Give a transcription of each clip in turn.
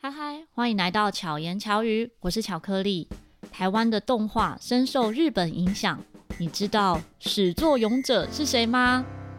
嗨嗨，欢迎来到巧言巧语，我是巧克力。台湾的动画深受日本影响，你知道始作俑者是谁吗？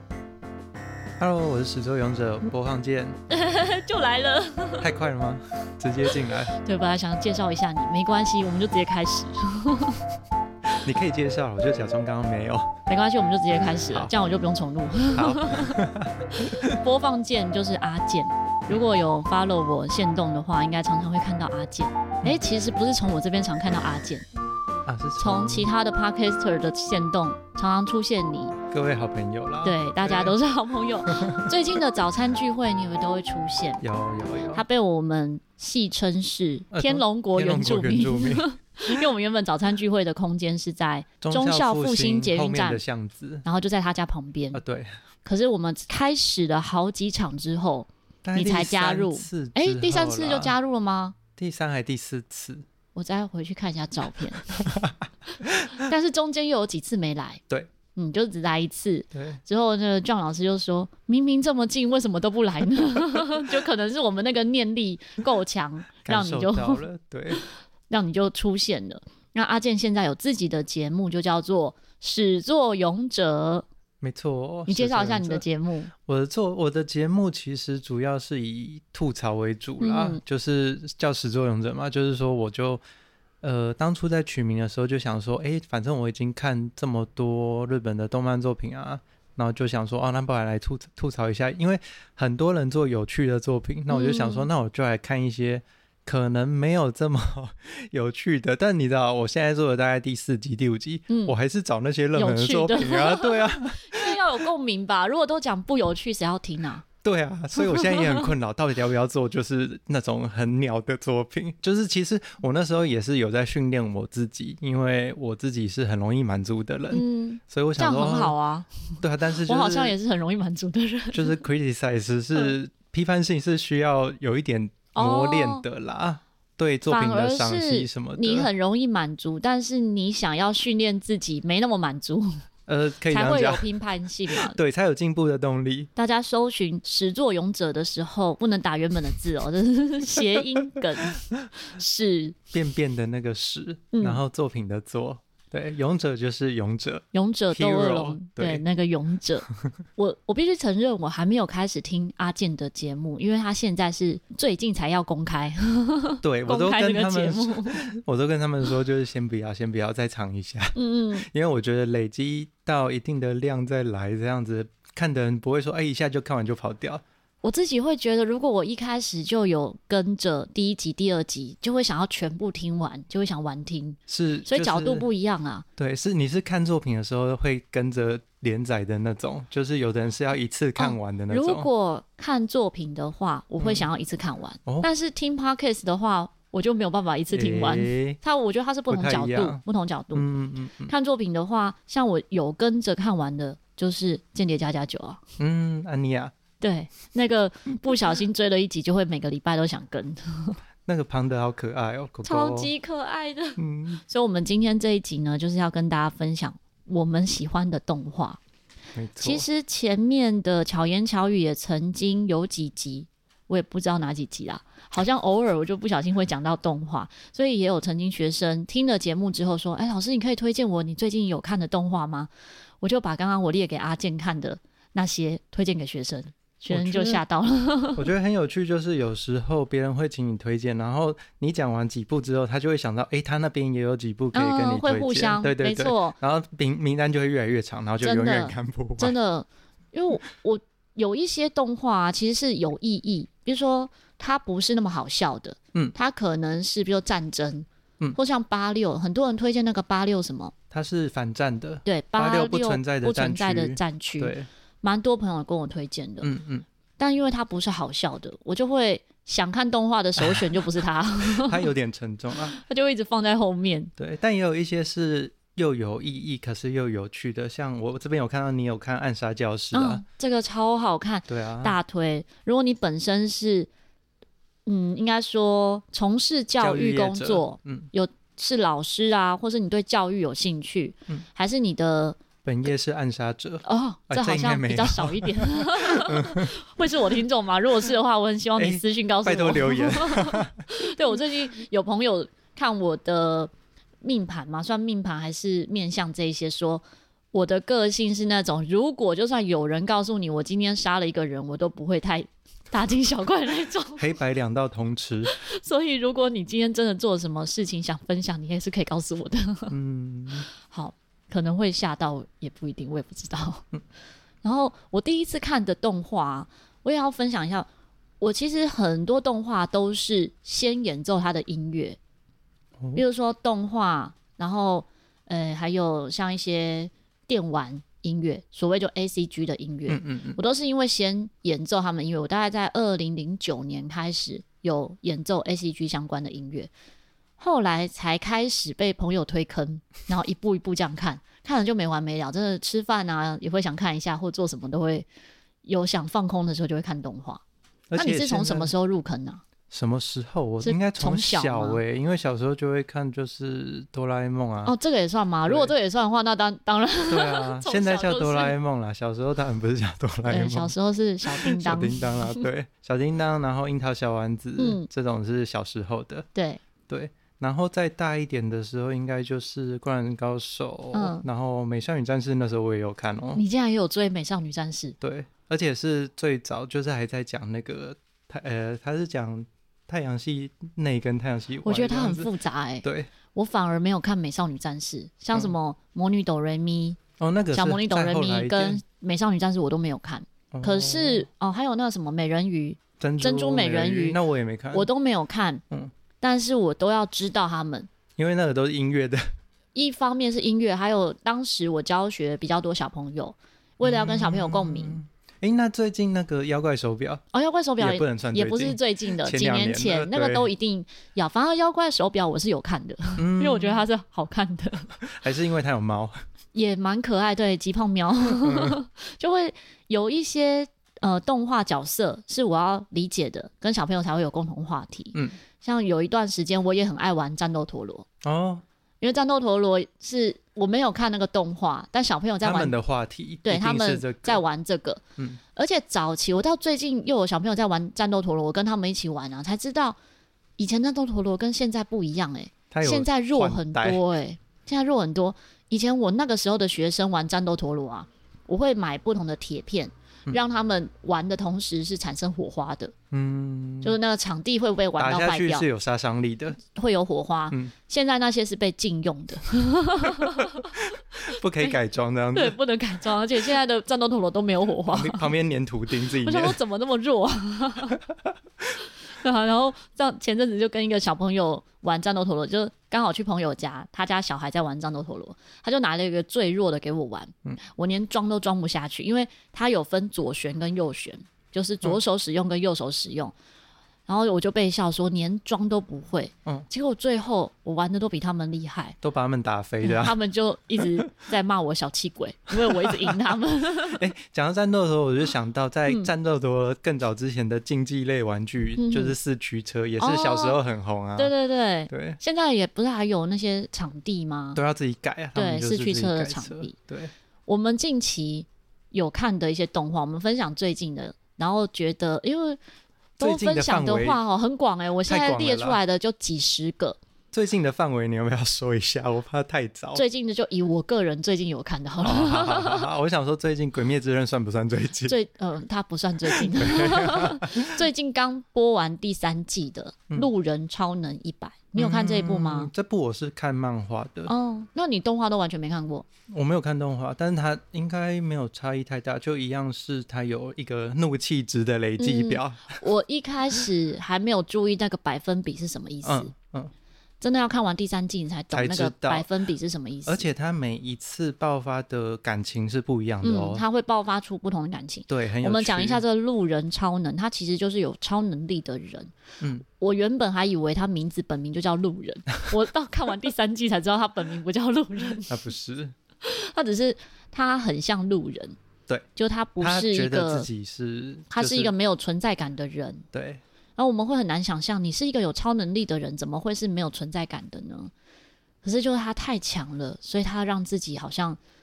Hello， 我是始作俑者，播放键就来了。 太快了吗？直接进来。 对，本来想介绍一下你，没关系，我们就直接开始。 你可以介绍，我就假装刚刚没有。 没关系，我们就直接开始了，这样我就不用重录。 好。 播放键就是阿健，如果有 follow 我限动的话，应该常常会看到阿健。其实不是从我这边常看到阿健啊，是从其他的 podcaster 的限动常常出现你。 各位好朋友啦。 对，大家都是好朋友。最近的早餐聚会，你们都会出现。 有。 他被我们戏称是天龙国原住民。因为我们原本早餐聚会的空间是在忠孝复兴捷运站的巷子， 然后就在他家旁边。 对。 可是我们开始了好几场之后，你才加入。第三次就加入了吗？ 第三还第四次？ 我再回去看一下照片。但是中间又有几次没来。 对。 就只来一次。 对。 之后那个 John 老师就说，明明这么近，为什么都不来呢？就可能是我们那个念力够强，让你就感受到了。对。 让你就出现了。那阿健现在有自己的节目，就叫做始作俑者。 没错。 你介绍一下你的节目。 我的节目其实主要是以吐槽为主啦，就是叫始作俑者嘛，就是说我就当初在取名的时候就想说，反正我已经看这么多日本的动漫作品啊，然后就想说，那不然来吐槽一下，因为很多人做有趣的作品，那我就想说，那我就来看一些可能没有这么有趣的，但你知道我现在做的大概第4集第5集，我还是找那些热门的作品啊。对啊， 因为要有共鸣吧，如果都讲不有趣，谁要听啊？ 对啊，所以我现在也很困扰，到底要不要做就是那种很鸟的作品。就是其实我那时候也是有在训练我自己，因为我自己是很容易满足的人，所以我想说这样很好啊。 对啊，但是、 我好像也是很容易满足的人。 就是 criticize 是批判性是需要有一点磨练的啦。对作品的赏析什么的， 你很容易满足，但是你想要训练自己没那么满足。 可以这样讲， 才会有批判性嘛。 对，才有进步的动力。 大家搜寻始作俑者的时候，不能打原本的字哦，这是谐音梗。是便的那个始，然后作品的作。对，俑者就是勇者， 勇者斗恶龙，对，那个勇者。我必须承认，我还没有开始听阿健的节目，因为他现在是最近才要公开。 对，我都跟他们说， 我都跟他们说，就是先不要，再尝一下。因为我觉得累积到一定的量再来，这样子看的人不会说，一下就看完就跑掉。 我自己会觉得，如果我一开始就有跟着第1集、第2集，就会想要全部听完，就会想完听。 是， 所以角度不一样啊。 对，你是看作品的时候会跟着连载的那种，就是有的人是要一次看完的那种。 如果看作品的话，我会想要一次看完。但是听 podcast 的话，我就没有办法一次听完。我觉得它是不同角度，不同角度。看作品的话，像我有跟着看完的，就是《间谍++9》啊。 安妮亚。 对，那个不小心追了1集，就会每个礼拜都想跟。 那个庞德好可爱哦，狗狗超级可爱的。所以我们今天这一集呢，就是要跟大家分享我们喜欢的动画。 没错。 其实前面的巧言巧语也曾经有几集，我也不知道哪几集啦，好像偶尔我就不小心会讲到动画，所以也有曾经学生听了节目之后说，老师你可以推荐我你最近有看的动画吗？我就把刚刚我列给阿健看的那些推荐给学生就吓到了。 我觉得很有趣，就是有时候别人会请你推荐，然后你讲完几部之后，他就会想到他那边也有几部可以跟你推荐， 会互相。对，没错。 然后名单就会越来越长，然后就永远看不完。 真的，因为我有一些动画其实是有意义，比如说它不是那么好笑的，它可能是比如说战争，或像86，很多人推荐那个86什么， 它是反战的。 对 ，86不存在的战区。 对。 蛮多朋友跟我推荐的，但因为它不是好笑的，我就会想看动画的首选就不是它。 它有点沉重啊， 它就会一直放在后面。 对，但也有一些是又有意义可是又有趣的，像我这边有看到你有看《暗杀教室》啊， 这个超好看， 对啊， 大推。如果你本身是应该说从事教育工作，是老师啊，或是你对教育有兴趣，还是你的本业是暗杀者哦，这好像比较少一点。会是我听众吗？如果是的话，我很希望你私讯告诉我， 拜托留言。 对，我最近有朋友看我的命盘嘛，算命盘还是面相这一些，说我的个性是那种，如果就算有人告诉你我今天杀了一个人，我都不会太大惊小怪那种。 黑白两道通吃。 所以如果你今天真的做了什么事情想分享，你也是可以告诉我的。好，可能会吓到，也不一定，我也不知道。然后我第一次看的动画，我也要分享一下。我其实很多动画都是先演奏它的音乐，比如说动画，然后还有像一些电玩音乐，所谓就 ACG 的音乐，我都是因为先演奏他们音乐。我大概在2009年开始有演奏 ACG 相关的音乐，后来才开始被朋友推坑，然后一步一步这样看，看了就没完没了。真的吃饭啊也会想看一下，或做什么都会有想放空的时候就会看动画。那你是从什么时候入坑呢？ 什么时候？我应该从小因为小时候就会看，就是哆啦 A 梦啊。 哦，这个也算吗？如果这个也算的话，那当然。 对啊，现在叫哆啦 A 梦啦，小时候当然不是叫哆啦 A 梦。 小时候是小叮当。 小叮当啦，对，小叮当，然后樱桃小丸子，这种是小时候的。 对。 然后再大一点的时候，应该就是灌篮高手，然后美少女战士那时候我也有看哦。 你竟然也有追美少女战士？ 对，而且是最早，就是还在讲那个他是讲太阳系内跟太阳系外， 我觉得它很复杂对， 我反而没有看美少女战士，像什么魔女哆瑞咪， 那个小魔女哆瑞咪跟美少女战士我都没有看。可是还有那个什么美人鱼，珍珠美人鱼， 那我也没看， 我都没有看。但是我都要知道他们， 因为那个都是音乐的。 一方面是音乐，还有当时我教学比较多小朋友，为了要跟小朋友共鸣。 那最近那个妖怪手表妖怪手表也不能算最近， 也不是最近的，几年前那个都一定要。反正妖怪手表我是有看的，因为我觉得它是好看的。 还是因为它有猫， 也蛮可爱。对，极胖喵就会有一些动画角色是我要理解的，跟小朋友才会有共同话题。像有一段时间我也很爱玩战斗陀螺因为战斗陀螺是我没有看那个动画，但小朋友在玩他们的话题， 对，他们在玩这个。而且早期我到最近又有小朋友在玩战斗陀螺，我跟他们一起玩才知道以前战斗陀螺跟现在不一样现在弱很多现在弱很多。以前我那个时候的学生玩战斗陀螺我会买不同的铁片，让他们玩的同时是产生火花的。就是那个场地会不会玩到坏掉， 打下去是有杀伤力的， 会有火花。现在那些是被禁用的不可以改装这样子。 对，不能改装，而且现在的战斗陀螺都没有火花， 旁边粘图钉自己。 我想说怎么那么弱然后前阵子就跟一个小朋友玩战斗陀螺，就刚好去朋友家，他家小孩在玩战斗陀螺，他就拿了一个最弱的给我玩。我连装都装不下去，因为他有分左旋跟右旋，就是左手使用跟右手使用。然后我就被笑说连装都不会。结果最后我玩的都比他们厉害， 都把他们打飞的。 他们就一直在骂我小气鬼因为我一直赢他们讲到战斗陀螺，我就想到在战斗陀螺更早之前的竞技类玩具，就是四驱车，也是小时候很红啊。 对，现在也不是还有那些场地吗？ 都要自己改对，四驱车的场地。 对， 我们近期有看的一些动画，我们分享最近的，然后觉得因为都分享的话很广我现在列出来的就几十个。 最近的范围你要不要说一下？我怕太早。 最近的就以我个人最近有看的好了。 好，我想说最近《鬼灭之刃》算不算最近？ 它不算最近的。最近刚播完第3季的《路人超能100》，你有看这一部吗？ 这部我是看漫画的。 那你动画都完全没看过？ 我没有看动画，但是它应该没有差异太大，就一样是它有一个怒气值的累积表。 我一开始还没有注意那个百分比是什么意思。真的要看完第3季你才懂那个百分比是什么意思。 而且他每一次爆发的感情是不一样的他会爆发出不同的感情。 对，很有趣。 我们讲一下这个路人超能，他其实就是有超能力的人。我原本还以为他本名就叫路人我到看完第3季才知道他本名不叫路人他不是， 他只是他很像路人。 对， 就他不是一个， 他觉得自己是， 他是一个没有存在感的人。 对。 然后我们会很难想象，你是一个有超能力的人，怎么会是没有存在感的呢？可是就是他太强了，所以他让自己好像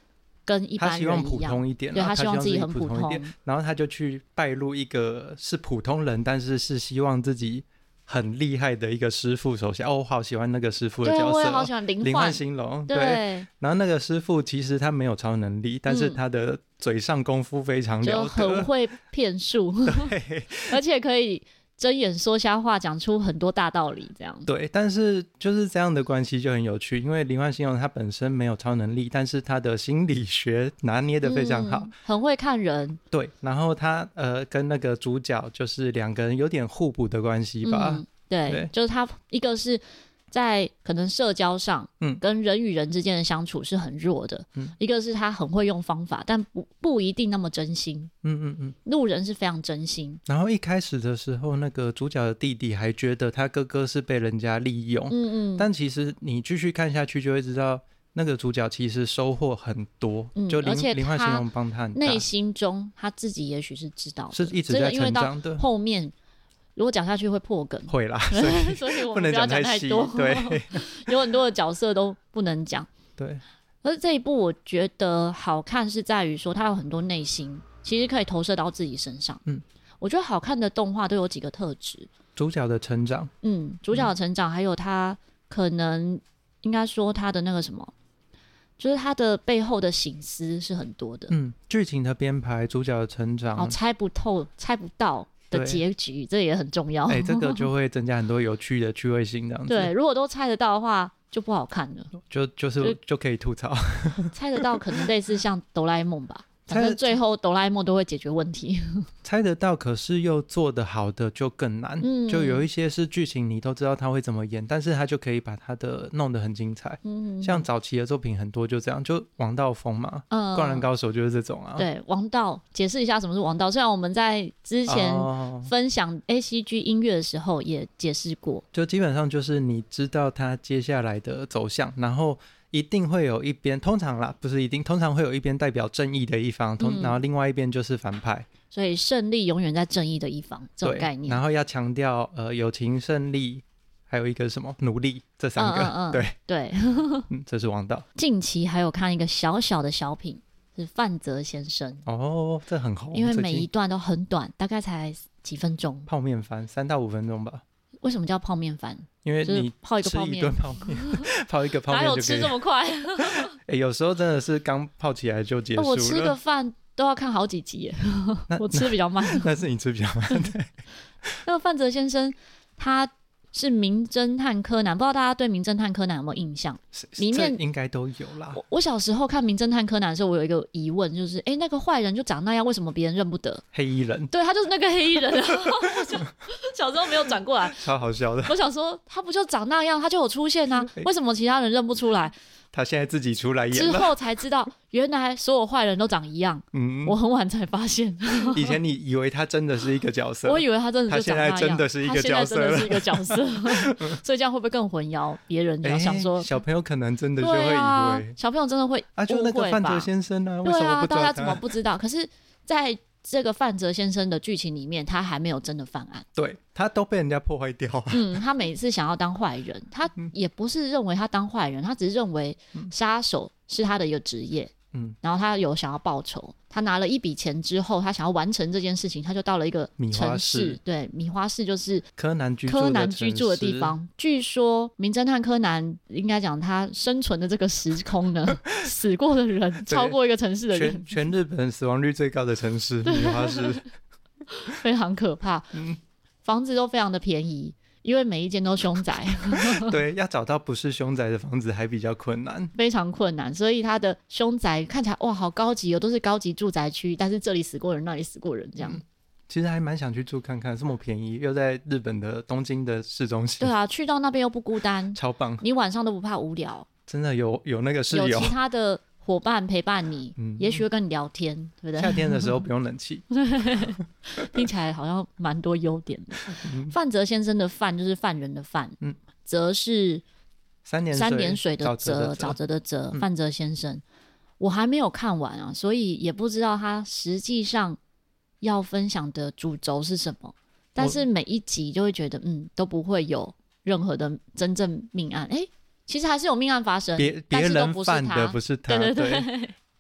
跟一般人一样， 他希望普通一点， 对，他希望自己很普通一点，然后他就去拜入一个是普通人，但是是希望自己很厉害的一个师傅手下。我好喜欢那个师傅的角色， 对，我也好喜欢林焕兴隆， 对。 然后那个师傅其实他没有超能力，但是他的嘴上功夫非常了得， 就很会骗术， 对， 而且可以睁眼说瞎话，讲出很多大道理，这样。 对，但是就是这样的关系就很有趣，因为林焕兴隆他本身没有超能力，但是他的心理学拿捏得非常好， 很会看人。 对，然后他跟那个主角就是两个人有点互补的关系吧。 对，就是他一个是在可能社交上，跟人与人之间的相处是很弱的，一个是他很会用方法，但不一定那么真心。路人是非常真心。 然后一开始的时候，那个主角的弟弟还觉得他哥哥是被人家利用，但其实你继续看下去就会知道，那个主角其实收获很多，就林焕兴隆帮他很大， 内心中他自己也许是知道的， 是一直在成长的。 因为到后面如果讲下去会破梗， 会啦， 所以我们不要讲太多。 对， 有很多的角色都不能讲。 对， 而这一部我觉得好看是在于说，它有很多内心，其实可以投射到自己身上。我觉得好看的动画都有几个特质： 主角的成长， 主角的成长，还有他可能应该说他的那个什么，就是他的背后的省思是很多的。 剧情的编排，主角的成长， 猜不透、猜不到的结局，这也很重要。 这个就会增加很多有趣的趣味性，这样子。 对，如果都猜得到的话，就不好看了， 就可以吐槽。 猜得到可能类似像哆啦 A 梦吧，反正最后哆啦 A 梦都会解决问题。 猜得到，可是又做得好的就更难。就有一些是剧情你都知道他会怎么演，但是他就可以把他的弄得很精彩。像早期的作品很多就这样，就王道风嘛，灌篮高手就是这种啊。 对，王道，解释一下什么是王道。虽然我们在之前分享 ACG 音乐的时候也解释过， 就基本上就是你知道他接下来的走向，然后一定会有一边，通常啦，不是一定，通常会有一边代表正义的一方，然后另外一边就是反派。 所以胜利永远在正义的一方，这种概念。 然后要强调友情、胜利，还有一个什么努力，这三个。对，这是王道。 近期还有看一个小小的小品，是范泽先生。 这很红， 因为每一段都很短，大概才几分钟。 泡面番3到5分钟吧。 为什么叫泡面番？ 因为你泡一个泡面， 吃一顿泡面，泡一个泡面就可以。 哪有吃这么快？ 有时候真的是刚泡起来就结束了。 我吃个饭都要看好几集耶，我吃比较慢。 那是你吃比较慢，对。 那个范泽先生他是名侦探柯南，不知道大家对名侦探柯南有没有印象？里面应该都有啦。 我小时候看名侦探柯南的时候，我有一个疑问，就是那个坏人就长那样，为什么别人认不得？ 黑衣人， 对，他就是那个黑衣人。小时候没有转过来， 超好笑的。 我想说，他不就长那样，他就有出现啊，为什么其他人认不出来？ 他现在自己出来演了， 之后才知道原来所有坏人都长一样。我很晚才发现。 以前你以为他真的是一个角色， 我以为他真的就长那样， 他现在真的是一个角色了， 他现在真的是一个角色。所以这样会不会更混淆别人？想说小朋友可能真的就会以为， 小朋友真的会误会吧？ 就那个范泽先生啊，为什么不知道大家怎么不知道？可是在这个范泽先生的剧情里面，他还没有真的犯案， 对，他都被人家破坏掉。 他每次想要当坏人，他也不是认为他当坏人，他只是认为杀手是他的一个职业。然后他有想要报仇，他拿了一笔钱之后，他想要完成这件事情，他就到了一个城市。对，米花市就是柯南居住的地方。据说名侦探柯南应该讲他生存的这个时空呢，死过的人超过一个城市的人， 全日本死亡率最高的城市米花市， 非常可怕。房子都非常的便宜，因为每一间都凶宅。 对，要找到不是凶宅的房子还比较困难， 非常困难。所以他的凶宅看起来哇好高级哦，都是高级住宅区，但是这里死过人，那里死过人，这样。 其实还蛮想去住看看，这么便宜，又在日本的东京的市中心。 对啊，去到那边又不孤单， 超棒。 你晚上都不怕无聊， 真的有那个室友， 有其他的伙伴陪伴你，也许会跟你聊天，对不对？ 夏天的时候不用冷气。 听起来好像蛮多优点的。范泽先生的范就是犯人的范，泽是三点水的泽，沼泽的泽。范泽先生我还没有看完啊，所以也不知道他实际上要分享的主轴是什么，但是每一集就会觉得都不会有任何的真正命案。其实还是有命案发生， 别人犯的不是他。对，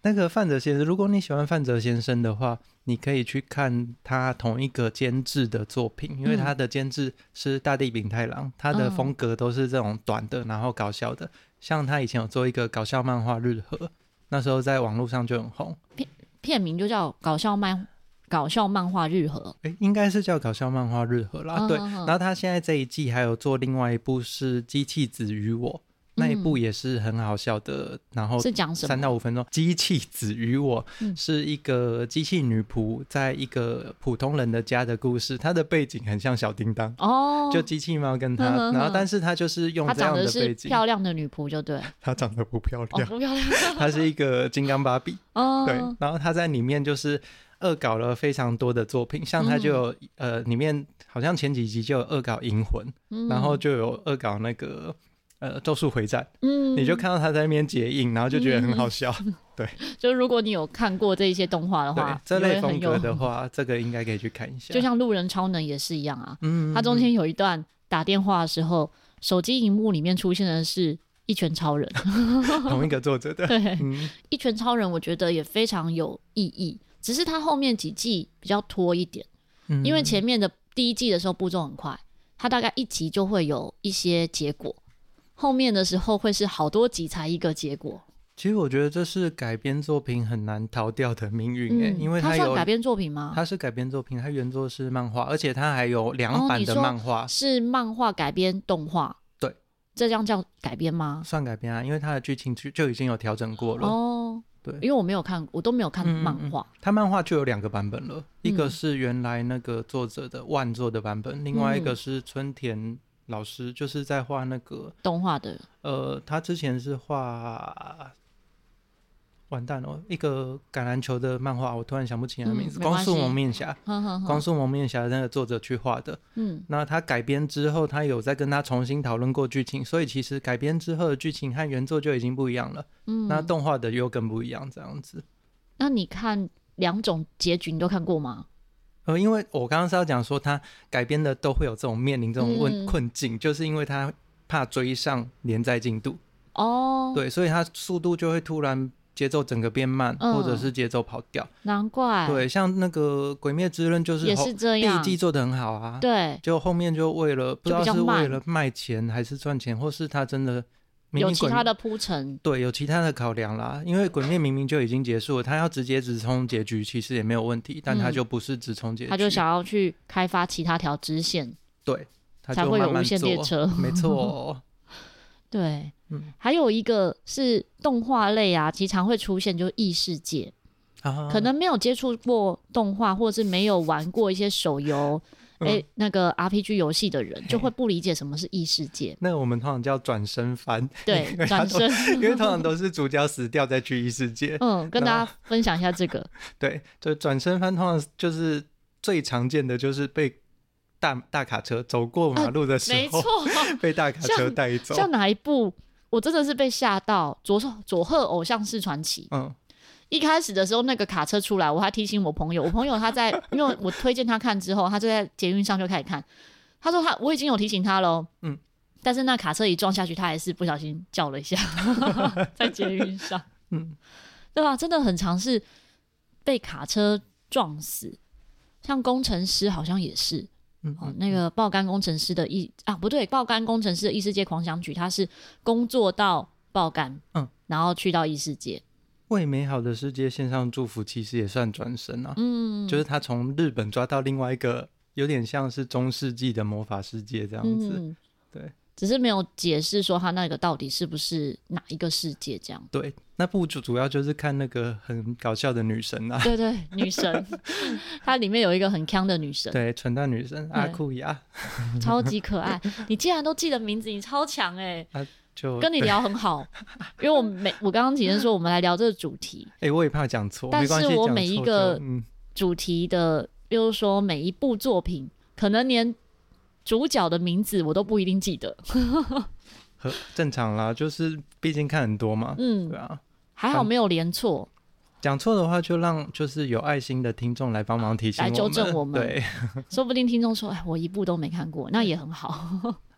那个范泽先生，如果你喜欢范泽先生的话，你可以去看他同一个监制的作品，因为他的监制是大地丙太郎，他的风格都是这种短的然后搞笑的，像他以前有做一个搞笑漫画日和，那时候在网络上就很红， 片名就叫搞笑漫画日和， 应该是叫搞笑漫画日和啦，对。然后他现在这一季还有做另外一部是机器子与我，那一部也是很好笑的，然后是讲什么？3 到5分钟。机器子与我是一个机器女仆在一个普通人的家的故事，她的背景很像小叮当哦，就机器猫跟她，然后但是她就是用这样的背景。她长得是漂亮的女仆就对。 她长得不漂亮， 不漂亮。 她是一个金刚芭比哦，对，然后她在里面就是恶搞了非常多的作品，像她就有里面好像前几集就有恶搞银魂，然后就有恶搞那个咒术回战，你就看到他在那边结印，然后就觉得很好笑。对， 就如果你有看过这一些动画的话， 这类风格的话，这个应该可以去看一下。 就像路人超能也是一样啊，他中间有一段打电话的时候，手机荧幕里面出现的是一拳超人， 同一个作者的。 对，一拳超人我觉得也非常有意义，只是他后面几季比较拖一点，因为前面的第一季的时候步骤很快，他大概一集就会有一些结果。后面的时候会是好多集才一个结果。 其实我觉得这是改编作品很难逃掉的命运因为它算改编作品吗？ 它是改编作品，它原作是漫画，而且它还有2版的漫画， 是漫画改编动画。 对， 这样叫改编吗？ 算改编啊，因为它的剧情就已经有调整过了哦。对， 因为我没有看，我都没有看漫画。 它漫画就有2个版本了，一个是原来那个作者的万作的版本，另外一个是春田老师，就是在画那个动画的。 他之前是画完蛋了，一个橄榄球的漫画，我突然想不起来名字。光速蒙面侠，光速蒙面侠的那个作者去画的。那他改编之后，他有在跟他重新讨论过剧情，所以其实改编之后的剧情和原作就已经不一样了。那动画的又更不一样，这样子。 那你看2种结局，你都看过吗？ 因为我刚刚是要讲说，他改编的都会有这种面临这种困境，就是因为他怕追上连载进度哦，对，所以他速度就会突然节奏整个变慢，或者是节奏跑掉。 难怪。 对，像那个《鬼灭之刃》就是也是这样， 第一季做得很好啊， 对， 就后面就为了不知道是为了卖钱还是赚钱，或是他真的有其他的铺陈， 对，有其他的考量啦。因为鬼灭明明就已经结束了，他要直接直冲结局其实也没有问题，但他就不是直冲结局， 他就想要去开发其他条支线， 对，他就慢慢才会有无限列车。 没错。 对，还有一个是动画类啊，经常会出现就是异世界，可能没有接触过动画，或者是没有玩过一些手游。那个 RPG 游戏的人就会不理解什么是异世界。 那我们通常叫转生番。 对，转生， 因为通常都是主角死掉再去异世界。 跟大家分享一下这个。 对，就转生番通常就是最常见的就是被大卡车走过马路的时候，没错，被大卡车带走。 像哪一部我真的是被吓到，佐贺偶像式传奇。一开始的时候那个卡车出来，我还提醒我朋友他在，因为我推荐他看之后，他就在捷运上就开始看。他说我已经有提醒他了，但是那卡车一撞下去，他还是不小心叫了一下，在捷运上，对吧？真的很常是被卡车撞死，像工程师好像也是，那个爆肝工程师的不对，爆肝工程师的异世界狂想曲，他是工作到爆肝，然后去到异世界。 为美好的世界献上祝福，其实也算转身啊。就是他从日本抓到另外一个有点像是中世纪的魔法世界这样子。对， 只是没有解释说他那个到底是不是哪一个世界这样。 对，那部主要就是看那个很搞笑的女神啊。 对对，女神，它里面有一个很鏘的女神， 对，纯蛋女神阿库亚， 超级可爱。你竟然都记得名字，你超强就跟你聊很好，因为我刚刚提前说我们来聊这个主题， 我也怕讲错， 但是我每一个主题的，比如说每一部作品，可能连主角的名字我都不一定记得。 正常啦，就是毕竟看很多嘛，对啊， 还好没有连错。 讲错的话就让就是有爱心的听众来帮忙提醒我们， 来纠正我们。 对， 说不定听众说我一部都没看过，那也很好。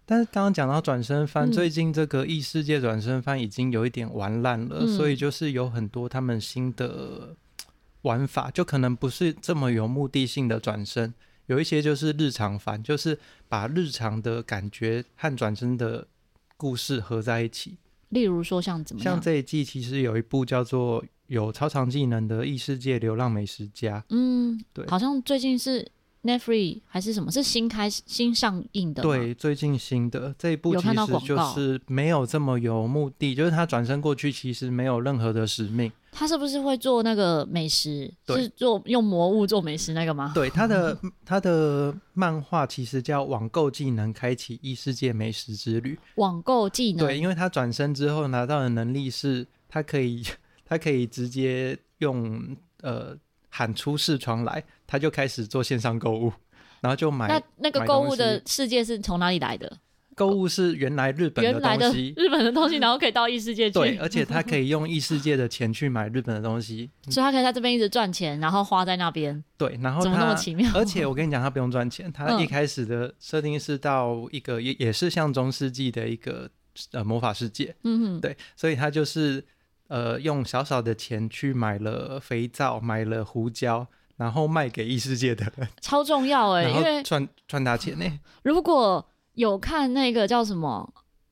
但是刚刚讲到转身番，最近这个异世界转身番已经有一点玩烂了，所以就是有很多他们新的玩法，就可能不是这么有目的性的转身，有一些就是日常番，就是把日常的感觉和转身的故事合在一起。 例如说像怎么样？ 像这一季其实有一部叫做有超长技能的异世界流浪美食家，对， 好像最近是 Netflix 还是什么，是新上映的吗？ 对，最近新的这一部其实就是没有这么有目的，就是他转身过去其实没有任何的使命。 他是不是会做那个美食？是用魔物做美食那个吗？ 对，他的漫画其实叫网购技能开启异世界美食之旅。 网购技能， 对，因为他转身之后拿到的能力是他可以直接用喊出视窗来，他就开始做线上购物，然后就买。 那个购物的世界是从哪里来的？ 购物是原来日本的东西， 日本的东西，然后可以到异世界去。 对，而且他可以用异世界的钱去买日本的东西， 所以他可以在这边一直赚钱，然后花在那边。 对，然后怎么那么奇妙？ 而且我跟你讲，他不用赚钱，他一开始的设定是到一个也是像中世纪的一个魔法世界，对，所以他就是用小小的钱去买了肥皂，买了胡椒，然后卖给异世界的人， 超重要因为赚大钱如果有看那个叫什么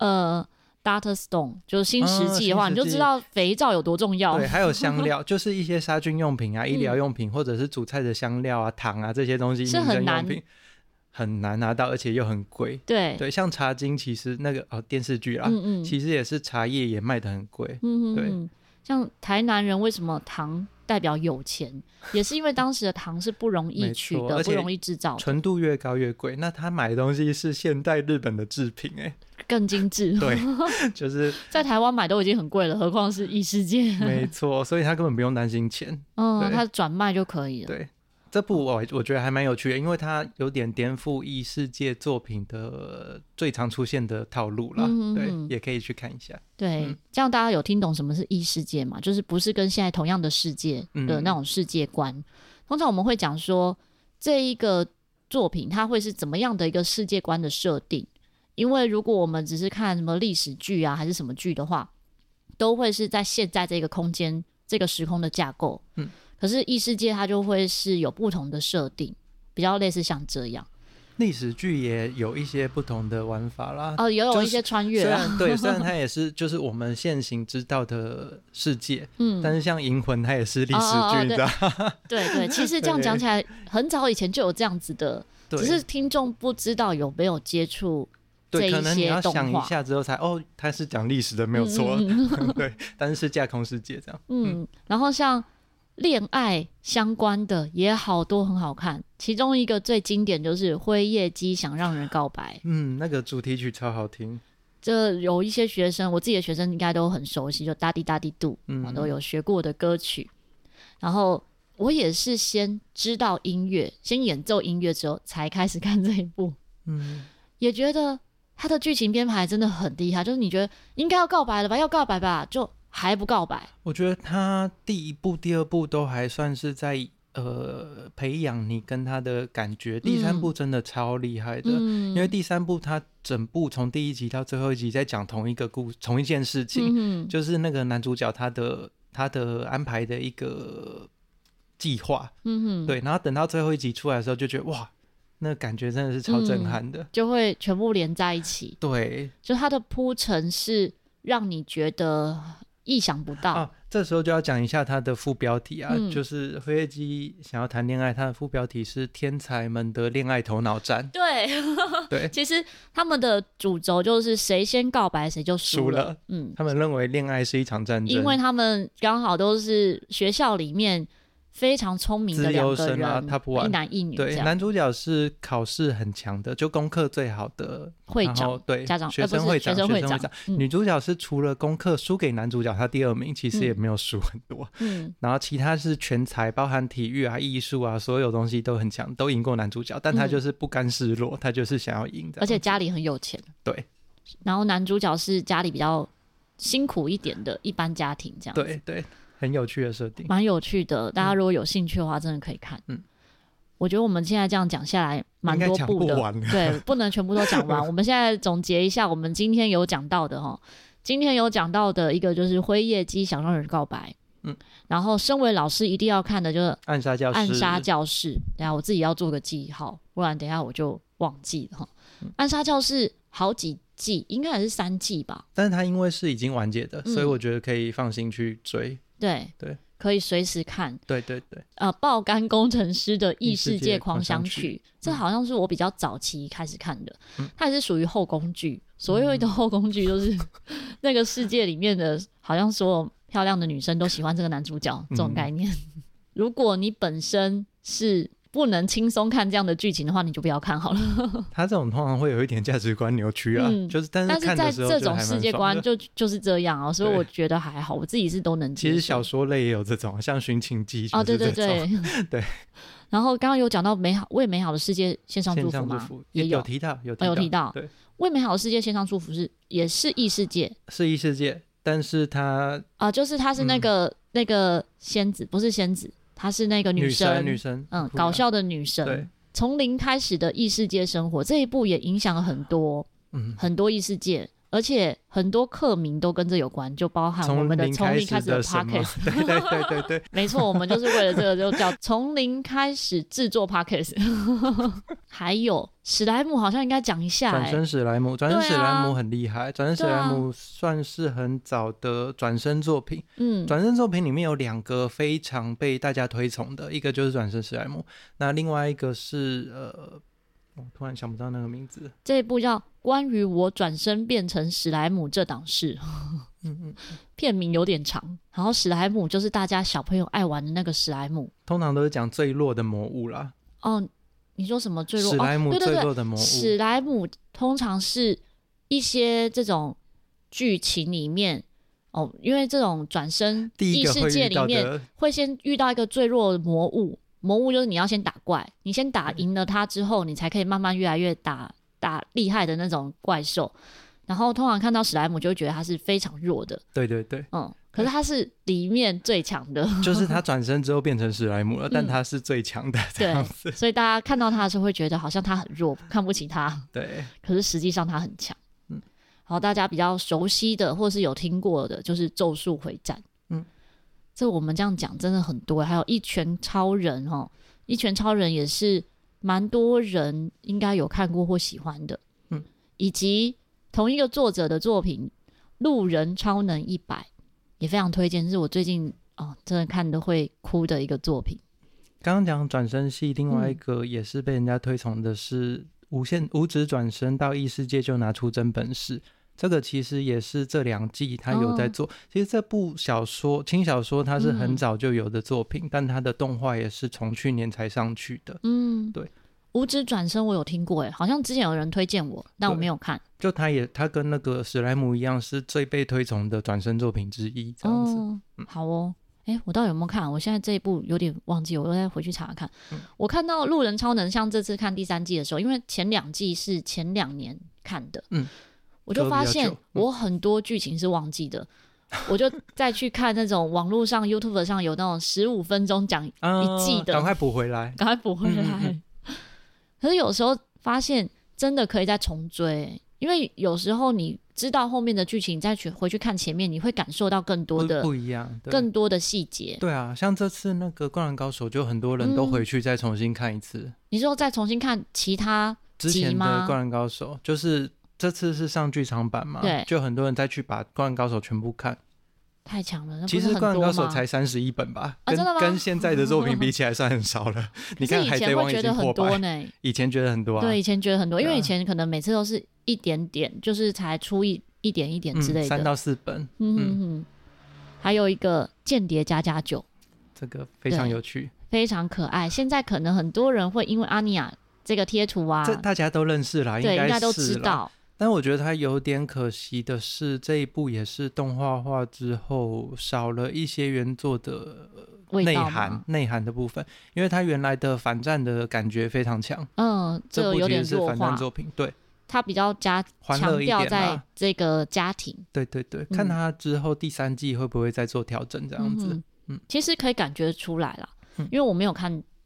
Data Stone 就是新石纪的话，你就知道肥皂有多重要。 对，还有香料就是一些杀菌用品啊、医疗用品或者是煮菜的香料啊、糖啊这些东西， 是很难拿到，而且又很贵。 对， 像茶金其实那个电视剧啦，其实也是茶叶也卖得很贵。对， 像台南人为什么糖代表有钱，也是因为当时的糖是不容易取得，不容易制造的， 纯度越高越贵。那他买的东西是现代日本的制品更精致。 对，就是在台湾买都已经很贵了，何况是异世界。 没错，所以他根本不用担心钱。 他转卖就可以了。 对，这部我觉得还蛮有趣的，因为它有点颠覆异世界作品的最常出现的套路啦。对，也可以去看一下。 对，这样大家有听懂什么是异世界吗？就是不是跟现在同样的世界的那种世界观。通常我们会讲说这一个作品它会是怎么样的一个世界观的设定，因为如果我们只是看什么历史剧啊还是什么剧的话，都会是在现在这个空间这个时空的架构。可是异世界它就会是有不同的设定，比较类似像这样。 历史剧也有一些不同的玩法啦， 也有一些穿越啦。 对，虽然它也是就是我们现行知道的世界，但是像银魂它也是历史剧，你知道？ 对，其实这样讲起来，很早以前就有这样子的，只是听众不知道有没有接触这一些动画。 对，可能你要想一下之后才它是讲历史的没有错，对，但是架空世界这样。 然后像恋爱相关的也好多很好看，其中一个最经典就是辉夜姬想让人告白。 那个主题曲超好听， 这有一些学生，我自己的学生应该都很熟悉，就哒滴哒滴度，都有学过的歌曲。然后我也是先知道音乐，先演奏音乐之后才开始看这一部。也觉得他的剧情编排真的很厉害，就是你觉得应该要告白了吧，要告白吧，就还不告白。 我觉得他第一部第二部都还算是在培养你跟他的感觉，第三部真的超厉害的，因为第三部他整部从第一集到最后一集在讲同一个同一件事情，就是那个男主角他的安排的一个计划，对，然后等到最后一集出来的时候就觉得哇，那感觉真的是超震撼的， 就会全部连在一起。 对， 就他的铺陈是让你觉得意想不到这时候就要讲一下他的副标题啊，就是辉夜姬想要谈恋爱，他的副标题是天才们的恋爱头脑战。对其实他们的主轴就是谁先告白谁就输了。 他们认为恋爱是一场战争， 因为他们刚好都是学校里面非常聪明的两个人，一男一女。 对，男主角是考试很强的，就功课最好的会长， 对， 家长学生会长。女主角是除了功课输给男主角，他第二名，其实也没有输很多。然后其他是全才，包含体育啊、艺术啊，所有东西都很强，都赢过男主角，但他就是不甘示弱，他就是想要赢。 而且家里很有钱。 对。 然后男主角是家里比较辛苦一点的一般家庭，这样子。 对。很有趣的设定， 蛮有趣的，大家如果有兴趣的话真的可以看。我觉得我们现在这样讲下来蛮多部的，对，不能全部都讲完。我们现在总结一下，我们今天有讲到的齁，今天有讲到的一个就是《辉夜姬想让人告白》，然后身为老师一定要看的就是暗杀教室， 等一下我自己要做个记号，不然等一下我就忘记了齁。暗杀教室好几季，应该还是3季吧， 但是它因为是已经完结的，所以我觉得可以放心去追。 对，可以随时看。 对爆肝工程师的异世界狂想曲，这好像是我比较早期开始看的，它也是属于后宫剧。所谓的后宫剧就是那个世界里面的，好像所有漂亮的女生都喜欢这个男主角这种概念。如果你本身是不能轻松看这样的剧情的话，你就不要看好了。 他这种通常会有一点价值观扭曲啊，但是看的时候在这种世界观就是这样哦，所以我觉得还好，我自己是都能接受。 其实小说类也有这种，像《寻秦记》就是这种。对。 然后刚刚有讲到为美好的世界献上祝福吗？也有提到。对， 为美好的世界献上祝福也是异世界， 但是他就是他是那个仙子，不是仙子。她是那个女生，搞笑的女生。对，从零开始的异世界生活，这一部也影响了很多异世界，而且很多课名都跟这有关，就包含我们的从零开始的 podcast。对，没错，我们就是为了这个就叫从零开始制作 podcast。还有史莱姆好像应该讲一下， 转生史莱姆很厉害，转生史莱姆算是很早的转生作品。转生作品里面有2个非常被大家推崇的，一个就是转生史莱姆，那另外一个是我突然想不到那个名字。 这一部叫《关于我转身变成史莱姆这档事》。片名有点长，然后史莱姆就是大家小朋友爱玩的那个史莱姆， 通常都是讲最弱的魔物啦。 你说什么最弱？ 史莱姆最弱的魔物。 史莱姆通常是一些这种剧情里面因为这种转生异世界里面会先遇到一个最弱的魔物。魔物就是你要先打怪，你先打赢了它之后，你才可以慢慢越来越打厉害的那种怪兽。然后通常看到史莱姆就会觉得它是非常弱的。对。可是它是里面最强的， 就是它转身之后变成史莱姆了，但它是最强的这样子。 对，所以大家看到它的时候会觉得好像它很弱，看不起它。 对， 可是实际上它很强。好，大家比较熟悉的或是有听过的就是《咒术回战》。这我们这样讲真的很多，还有一拳超人一拳超人也是蛮多人应该有看过或喜欢的。以及同一个作者的作品《路人超能100》也非常推荐，是我最近真的看的会哭的一个作品。 刚刚讲转生系，另外一个也是被人家推崇的是无指转生到异世界就拿出真本事，这个其实也是这2季他有在做。其实这部轻小说它是很早就有的作品，但它的动画也是从去年才上去的。对， 无指转生我有听过，好像之前有人推荐我，但我没有看。 就他跟那个史莱姆一样，是最被推崇的转生作品之一，这样子。 好哦。我到底有没有看？我现在这一部有点忘记，我又再回去查看。我看到路人超能，像这次看第3季的时候，因为前2季是前2年看的，我就发现我很多剧情是忘记的。我就再去看那种网络上 YouTube 上有那种15分钟讲一季的， 赶快补回来。 可是有时候发现真的可以再重追，因为有时候你知道后面的剧情，再回去看前面，你会感受到更多的不一样， 更多的细节。 对啊，像这次那个《灌篮高手》，就很多人都回去再重新看一次。 你说再重新看其他集吗？之前的 《灌篮高手》就是这次是上剧场版嘛，对，就很多人再去把《灌篮高手》全部看。 太强了， 其实《灌篮高手》才31本吧， 真的吗？ 跟现在的作品比起来算很少了。你看《海贼王》已经破百，以前觉得很多对，以前觉得很多，因为以前可能每次都是一点点，就是才出一点一点之类的 ，3到4本。 还有一个《间谍加加酒》， 这个非常有趣， 非常可爱。现在可能很多人会因为阿尼亚这个贴图啊， 这大家都认识啦， 对，应该都知道。 但我觉得它有点可惜的是，这一部也是动画化之后少了一些原作的内涵的部分，因为它原来的反战的感觉非常强。 这有点弱化。 这部其实是反战作品，对， 它比较强调在这个家庭。 对，看它之后第3季会不会再做调整这样子。 其实可以感觉出来啦，因为我没有看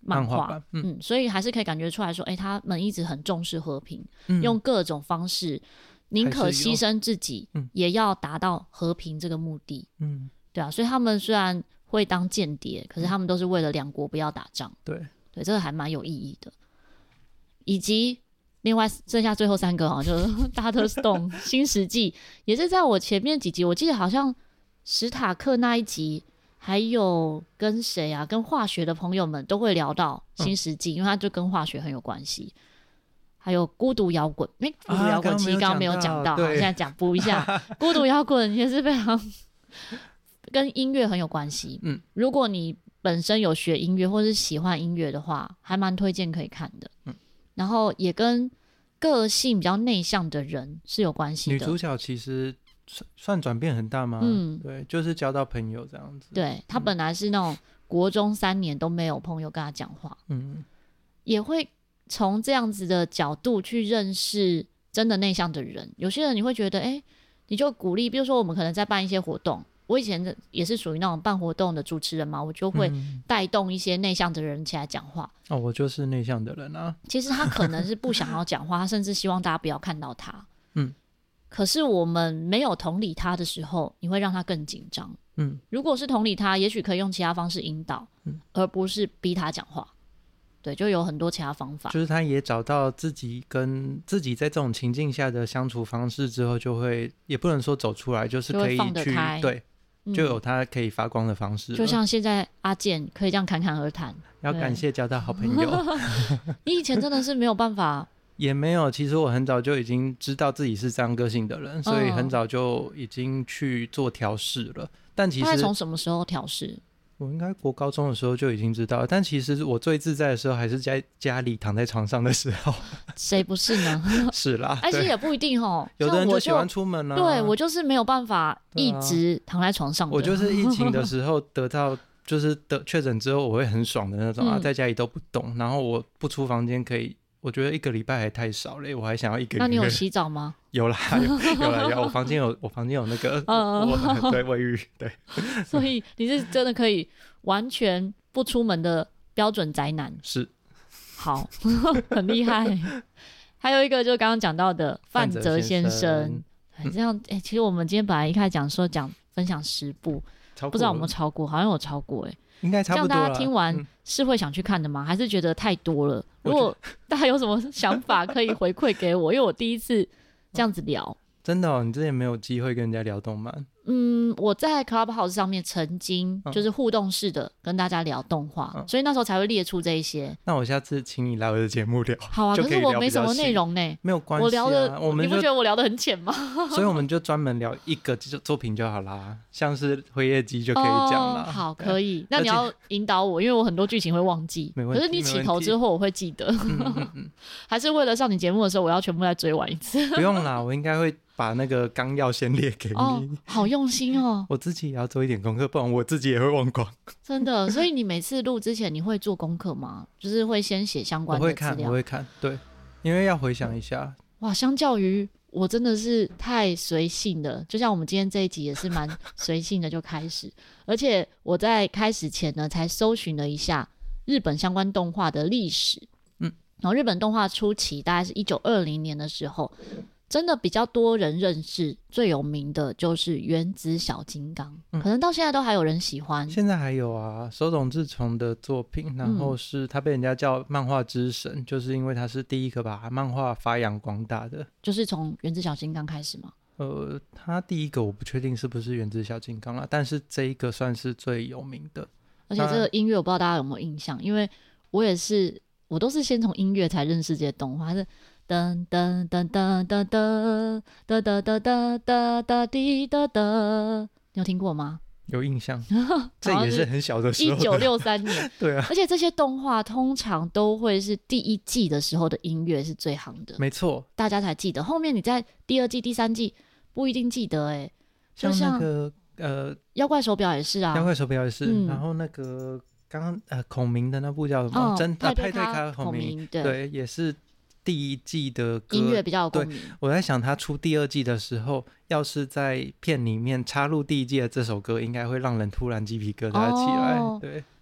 漫画版， 所以还是可以感觉出来说，他们一直很重视和平，用各种方式宁可牺牲自己，也要达到和平这个目的。对啊，所以他们虽然会当间谍，可是他们都是为了两国不要打仗。 对， 这个还蛮有意义的。以及另外剩下最后3个就是Dr. Stone 新石纪，也是在我前面几集，我记得好像史塔克那一集，还有跟谁啊，跟化学的朋友们都会聊到新石纪，因为它就跟化学很有关系。还有孤独摇滚，孤独摇滚其实刚刚没有讲到，现在讲补一下。孤独摇滚也是非常跟音乐很有关系。如果你本身有学音乐或是喜欢音乐的话，还蛮推荐可以看的。然后也跟个性比较内向的人是有关系的。 女主角其实算转变很大吗？对，就是交到朋友这样子。 对，她本来是那种国中3年都没有朋友跟她讲话，也会从这样子的角度去认识真的内向的人。有些人你会觉得你就鼓励，比如说我们可能在办一些活动，我以前也是属于那种办活动的主持人嘛，我就会带动一些内向的人起来讲话。 我就是内向的人啊。 其实他可能是不想要讲话，他甚至希望大家不要看到他。可是我们没有同理他的时候，你会让他更紧张。如果是同理他，也许可以用其他方式引导，而不是逼他讲话。对，就有很多其他方法。 就是他也找到自己跟自己在这种情境下的相处方式之后，就会也不能说走出来，就是可以去对，就有他可以发光的方式。 就像现在阿健可以这样侃侃而谈， 要感谢交到好朋友。 你以前真的是没有办法。 也没有，其实我很早就已经知道自己是这样个性的人，所以很早就已经去做调试了。但其实大概从什么时候调试？ 我应该国高中的时候就已经知道了，但其实我最自在的时候还是在家里躺在床上的时候。 谁不是呢？ 是啦， 其实也不一定有的人就喜欢出门啊。 对，我就是没有办法一直躺在床上的。 我就是疫情的时候得到就是确诊之后我会很爽的那种在家里都不动，然后我不出房间可以。我觉得1个礼拜还太少了，我还想要1个月。 那你有洗澡吗？ 有啦，有啦，我房间有那个对卫浴，对。 所以你是真的可以完全不出门的标准宅男。 是。 好，很厉害。还有一个就是刚刚讲到的范泽先生，这样其实我们今天本来一开始讲分享10部，不知道有没有超过，好像有超过应该差不多了。 这样大家听完是会想去看的吗？还是觉得太多了？如果大家有什么想法可以回馈给我，因为我第一次这样子聊。 真的你之前没有机会跟人家聊动漫？ 我在 Clubhouse 上面曾经就是互动式的跟大家聊动画，所以那时候才会列出这一些。 那我下次请你来我的节目聊。 好啊，可是我没什么内容呢。 没有关系我聊的你不觉得我聊得很浅吗？ 所以我们就专门聊一个作品就好啦，像是辉夜姬就可以讲啦。 好，可以。那你要引导我，因为我很多剧情会忘记。 没问题。 可是你起头之后我会记得。还是为了上你节目的时候我要全部再追完一次？ 不用啦，我应该会把那个纲要先列给你。 好用心哦。 我自己也要做一点功课，不然我自己也会忘光。 真的，所以你每次录之前你会做功课吗？就是会先写相关的资料？ 我会看，对，因为要回想一下。 哇，相较于我真的是太随性了，就像我们今天这一集也是蛮随性的就开始，而且我在开始前呢才搜寻了一下日本相关动画的历史。然后日本动画初期大概是1920年的时候，真的比较多人认识，最有名的就是原子小金刚，可能到现在都还有人喜欢。 现在还有啊，手冢治虫的作品，然后是他被人家叫漫画之神，就是因为他是第一个把漫画发扬光大的。 就是从原子小金刚开始吗？ 他第一个我不确定是不是原子小金刚啦，但是这一个算是最有名的。 而且这个音乐我不知道大家有没有印象，因为我都是先从音乐才认识这些动画，是噔噔噔噔噔噔噔噔噔噔噔滴噔噔，你有听过吗？ 有印象。这也是很小的时候 1963年。 对啊， 而且这些动画通常都会是第1季的时候的音乐是最夯的， 没错， 大家才记得。后面你在第2季第3季不一定记得。 像那个妖怪手表也是啊， 妖怪手表也是。然后那个刚刚孔明的那部叫什么？派对咖孔明，对，也是第1季的歌， 音乐比较有共鸣。 我在想他出第2季的时候，要是在片里面插入第1季的这首歌，应该会让人突然鸡皮疙瘩起来。对，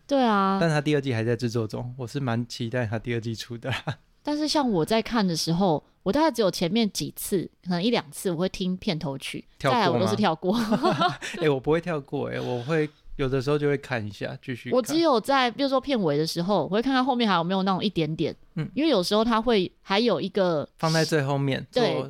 对啊， 但他第二季还在制作中，我是蛮期待他第二季出的啦。 但是像我在看的时候，我大概只有前面几次，可能1-2次我会听片头曲，再来我都是跳过。 我不会跳过，我会有的时候就会看一下，继续看。 我只有在比如说片尾的时候，我会看看后面还有没有那种一点点，因为有时候它会还有一个放在最后面， 对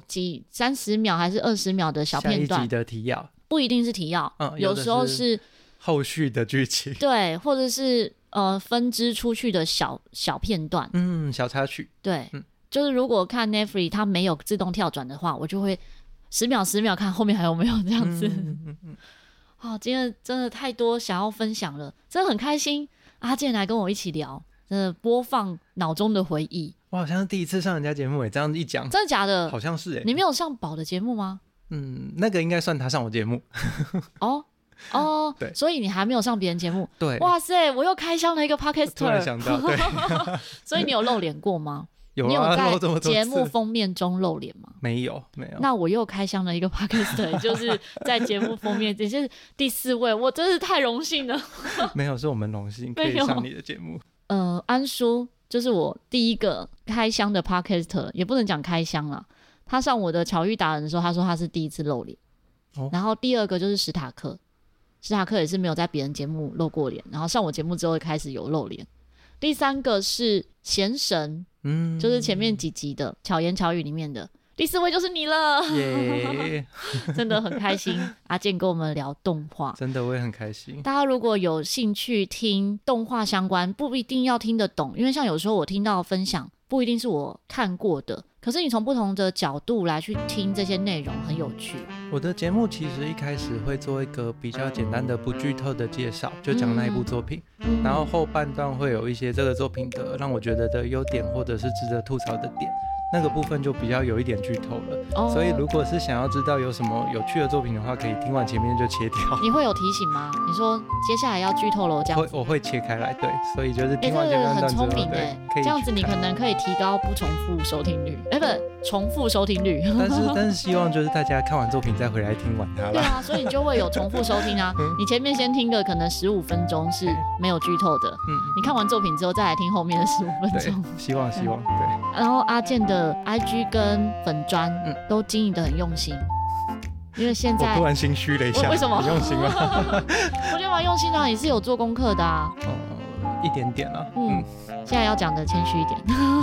30秒还是20秒的小片段， 下一集的提要， 不一定是提要，有时候是后续的剧情， 对，或者是分支出去的小片段， 小插曲， 对，就是如果看 Netflix 它没有自动跳转的话，我就会10秒10秒看后面还有没有这样子。今天真的太多想要分享了，真的很开心阿健来跟我一起聊，真的播放脑中的回忆。 我好像是第一次上人家节目，这样一讲， 真的假的？ 好像是。 你没有上宝的节目吗？ 那个应该算他上我节目。 对，所以你还没有上别人节目。 对， 哇塞，我又开箱了一个 Podcaster， 突然想到，对。 所以你有露脸过吗？ 有啊， 你有在节目封面中露脸吗？ 没有。 那我又开箱了一个 Podcaster， 就是在节目封面，也是第4位，我真是太荣幸了。 没有，是我们荣幸可以上你的节目。 安叔就是我第一个开箱的 Podcaster， 也不能讲开箱啦。他上我的巧遇达人的时候，他说他是第一次露脸。然后第二个就是史塔克也是没有在别人节目露过脸，然后上我节目之后开始有露脸。第3个是贤神，就是前面几集的巧言巧语里面的。第4位就是你了，真的很开心。阿健跟我们聊动画， 真的我也很开心。 大家如果有兴趣听动画相关，不一定要听得懂，因为像有时候我听到分享不一定是我看过的，可是你从不同的角度来去听这些内容，很有趣。 我的节目其实一开始会做一个比较简单的不剧透的介绍，就讲那一部作品，然后后半段会有一些这个作品的让我觉得的优点或者是值得吐槽的点，那个部分就比较有一点剧透了。所以如果是想要知道有什么有趣的作品的话，可以听完前面就切掉。 你会有提醒吗？你说接下来要剧透了这样子？ 我会切开来，对，所以就是听完前面段之后， 很聪明这样子你可能可以提高不重复收听率，不重复收听率。 但是希望就是大家看完作品再回来听完它啦。 对啊，所以你就会有重复收听啊。你前面先听个可能15分钟是没有剧透的，你看完作品之后再来听后面的15分钟。 希望对。 然后阿健的 IG 跟粉专都经营得很用心，因为现在我突然心虚了一下。 为什么？ 很用心吗？ 我觉得蛮用心的，你是有做功课的啊。 一点点啦。 现在要讲的谦虚一点。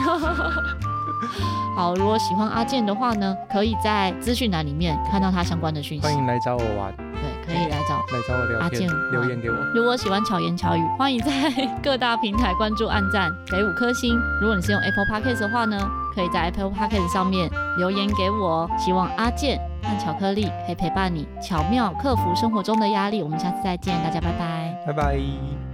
好，如果喜欢阿健的话呢，可以在资讯栏里面看到他相关的讯息。 欢迎来找我玩。 对，可以来找我聊天，阿健留言给我。 如果喜欢巧言巧语，欢迎在各大平台关注、按赞、给5颗星。如果你是用 Apple Podcast 的话呢，可以在 Apple Podcast 上面留言给我。希望阿健和巧克力可以陪伴你，巧妙克服生活中的压力。我们下次再见，大家拜拜， 拜拜。